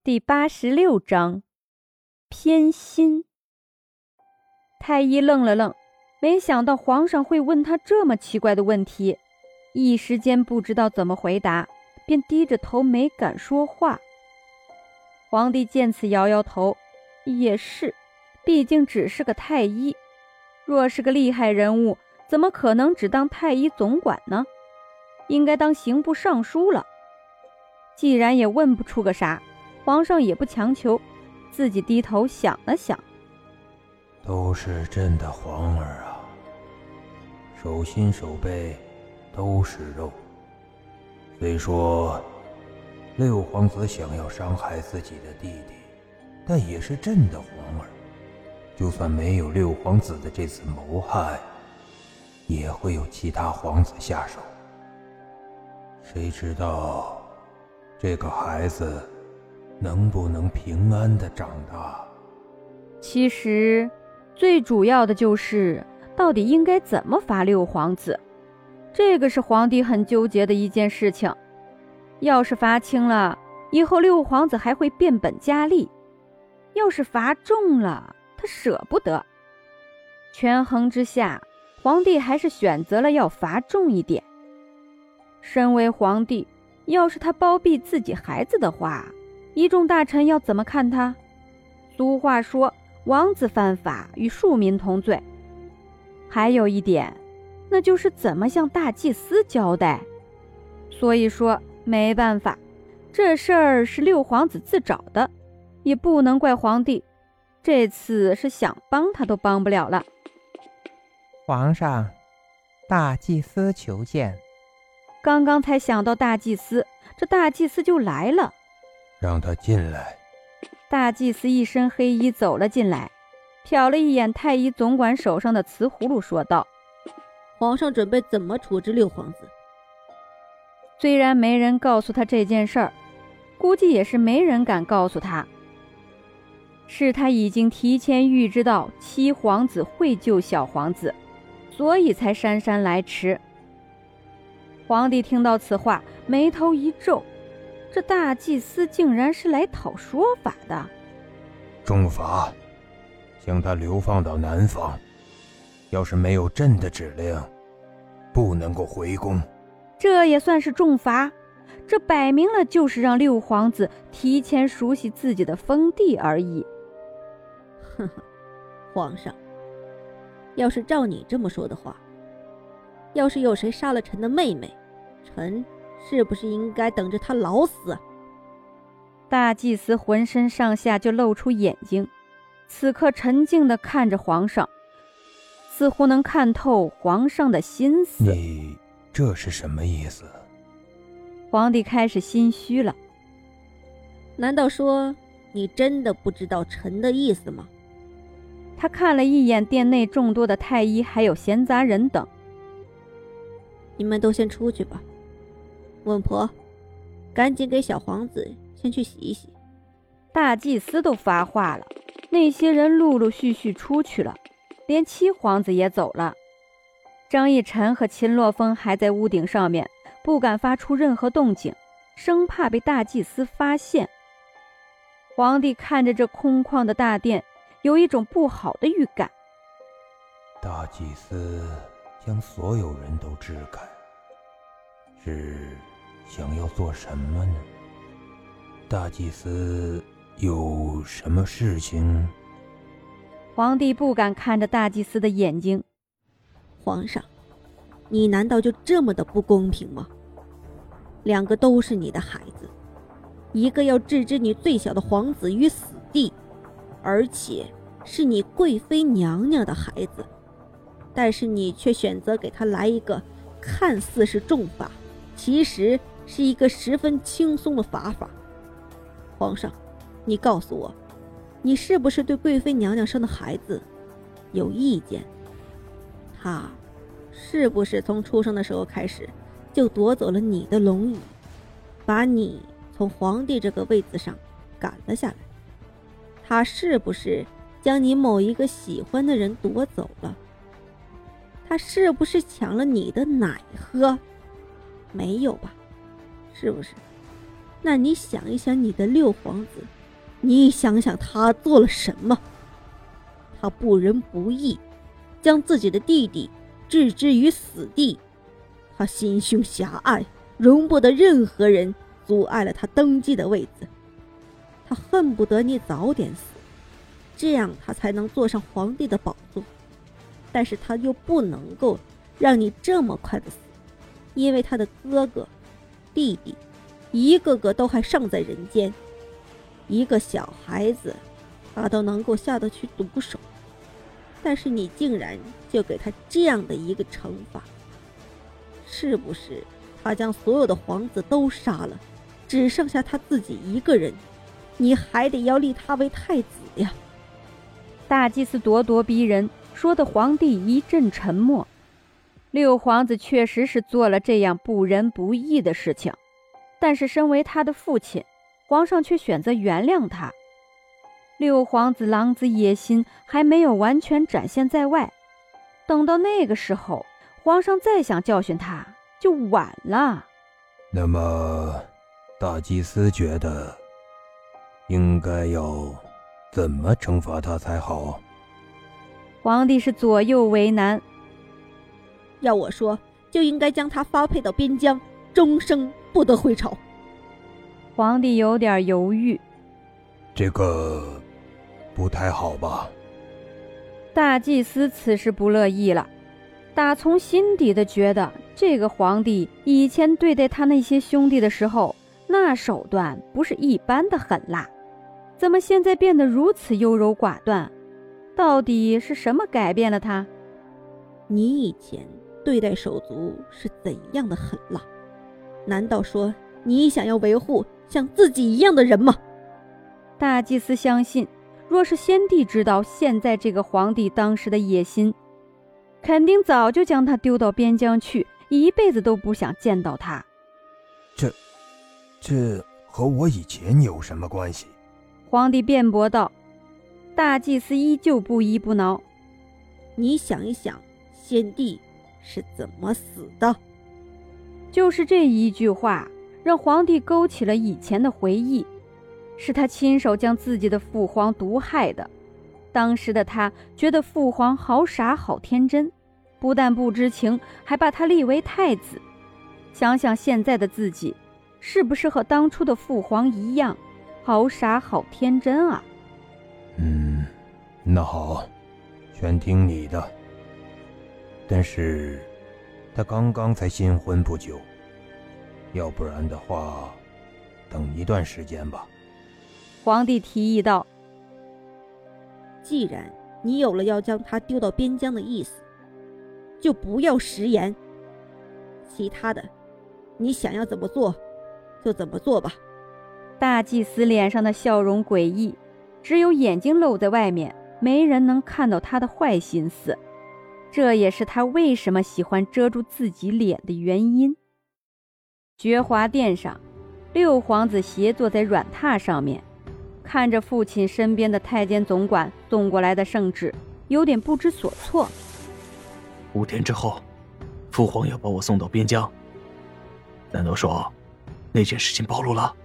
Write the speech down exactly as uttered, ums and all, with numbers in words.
第八十六章，偏心。太医愣了愣，没想到皇上会问他这么奇怪的问题，一时间不知道怎么回答，便低着头没敢说话。皇帝见此摇摇头，也是，毕竟只是个太医，若是个厉害人物，怎么可能只当太医总管呢？应该当刑部尚书了。既然也问不出个啥，皇上也不强求，自己低头想了想， 都是朕的皇儿啊，手心手背都是肉。虽说六皇子想要伤害自己的弟弟，但也是朕的皇儿，就算没有六皇子的这次谋害，也会有其他皇子下手。谁知道这个孩子能不能平安地长大？ 其实最主要的就是到底应该怎么罚六皇子，这个是皇帝很纠结的一件事情。要是罚轻了，以后六皇子还会变本加厉；要是罚重了，他舍不得。权衡之下，皇帝还是选择了要罚重一点。身为皇帝，要是他包庇自己孩子的话，一众大臣要怎么看他？俗话说，王子犯法与庶民同罪。还有一点，那就是怎么向大祭司交代。所以说没办法，这事儿是六皇子自找的，也不能怪皇帝，这次是想帮他都帮不了了。 皇上，大祭司求见。 刚刚才想到大祭司，这大祭司就来了。 让他进来。 大祭司一身黑衣走了进来，瞟了一眼太医总管手上的瓷葫芦，说道： 皇上准备怎么处置六皇子？ 虽然没人告诉他这件事儿，估计也是没人敢告诉他，是他已经提前预知到七皇子会救小皇子，所以才姗姗来迟。皇帝听到此话，眉头一皱，这大祭司竟然是来讨说法的。 重罚，将他流放到南方，要是没有朕的指令，不能够回宫。 这也算是重罚，这摆明了就是让六皇子提前熟悉自己的封地而已。 呵呵，皇上，要是照你这么说的话，要是有谁杀了臣的妹妹，臣是不是应该等着他老死？ 大祭司浑身上下就露出眼睛，此刻沉静地看着皇上，似乎能看透皇上的心思。 你这是什么意思？ 皇帝开始心虚了。 难道说你真的不知道臣的意思吗？ 他看了一眼殿内众多的太医还有闲杂人等。 你们都先出去吧。稳婆，赶紧给小皇子先去洗一洗。 大祭司都发话了，那些人陆陆续续出去了，连七皇子也走了。张义臣和秦洛风还在屋顶上面，不敢发出任何动静，生怕被大祭司发现。皇帝看着这空旷的大殿，有一种不好的预感。 大祭司将所有人都支开，是想要做什么呢？大祭司有什么事情？ 皇帝不敢看着大祭司的眼睛。 皇上，你难道就这么的不公平吗？两个都是你的孩子，一个要置之你最小的皇子于死地，而且是你贵妃娘娘的孩子，但是你却选择给他来一个看似是重罚，其实是一个十分轻松的罚法。皇上，你告诉我，你是不是对贵妃娘娘生的孩子有意见？他是不是从出生的时候开始就夺走了你的龙椅，把你从皇帝这个位子上赶了下来？他是不是将你某一个喜欢的人夺走了？他是不是抢了你的奶喝？没有吧？是不是？ 那你想一想你的六皇子，你想想他做了什么？他不仁不义，将自己的弟弟置之于死地。他心胸狭隘，容不得任何人阻碍了他登基的位子。他恨不得你早点死，这样他才能坐上皇帝的宝座。但是他又不能够让你这么快的死，因为他的哥哥、弟弟一个个都还尚在人间，一个小孩子他都能够下得去毒手，但是你竟然就给他这样的一个惩罚，是不是他将所有的皇子都杀了，只剩下他自己一个人，你还得要立他为太子呀？ 大祭司咄咄逼人，说的皇帝一阵沉默。六皇子确实是做了这样不仁不义的事情，但是身为他的父亲，皇上却选择原谅他。六皇子狼子野心还没有完全展现在外，等到那个时候，皇上再想教训他就晚了。 那么大祭司觉得应该要怎么惩罚他才好？ 皇帝是左右为难。 要我说，就应该将他发配到边疆，终生不得回朝。 皇帝有点犹豫。 这个不太好吧？ 大祭司此时不乐意了，打从心底的觉得这个皇帝以前对待他那些兄弟的时候，那手段不是一般的狠辣，怎么现在变得如此优柔寡断？到底是什么改变了他？ 你以前对待手足是怎样的狠辣？难道说你想要维护像自己一样的人吗？ 大祭司相信，若是先帝知道现在这个皇帝当时的野心，肯定早就将他丢到边疆去，一辈子都不想见到他。 这这和我以前有什么关系？ 皇帝辩驳道。大祭司依旧不依不挠。 你想一想，先帝是怎么死的？ 就是这一句话让皇帝勾起了以前的回忆，是他亲手将自己的父皇毒害的。当时的他觉得父皇好傻好天真，不但不知情，还把他立为太子。想想现在的自己，是不是和当初的父皇一样，好傻好天真啊？ 嗯，那好，全听你的。但是他刚刚才新婚不久，要不然的话，等一段时间吧。 皇帝提议道。 既然你有了要将他丢到边疆的意思，就不要食言。其他的，你想要怎么做，就怎么做吧。 大祭司脸上的笑容诡异，只有眼睛露在外面，没人能看到他的坏心思。这也是他为什么喜欢遮住自己脸的原因。觉华殿上，六皇子斜坐在软榻上面，看着父亲身边的太监总管送过来的圣旨，有点不知所措。 五天之后，父皇要把我送到边疆，难道说那件事情暴露了？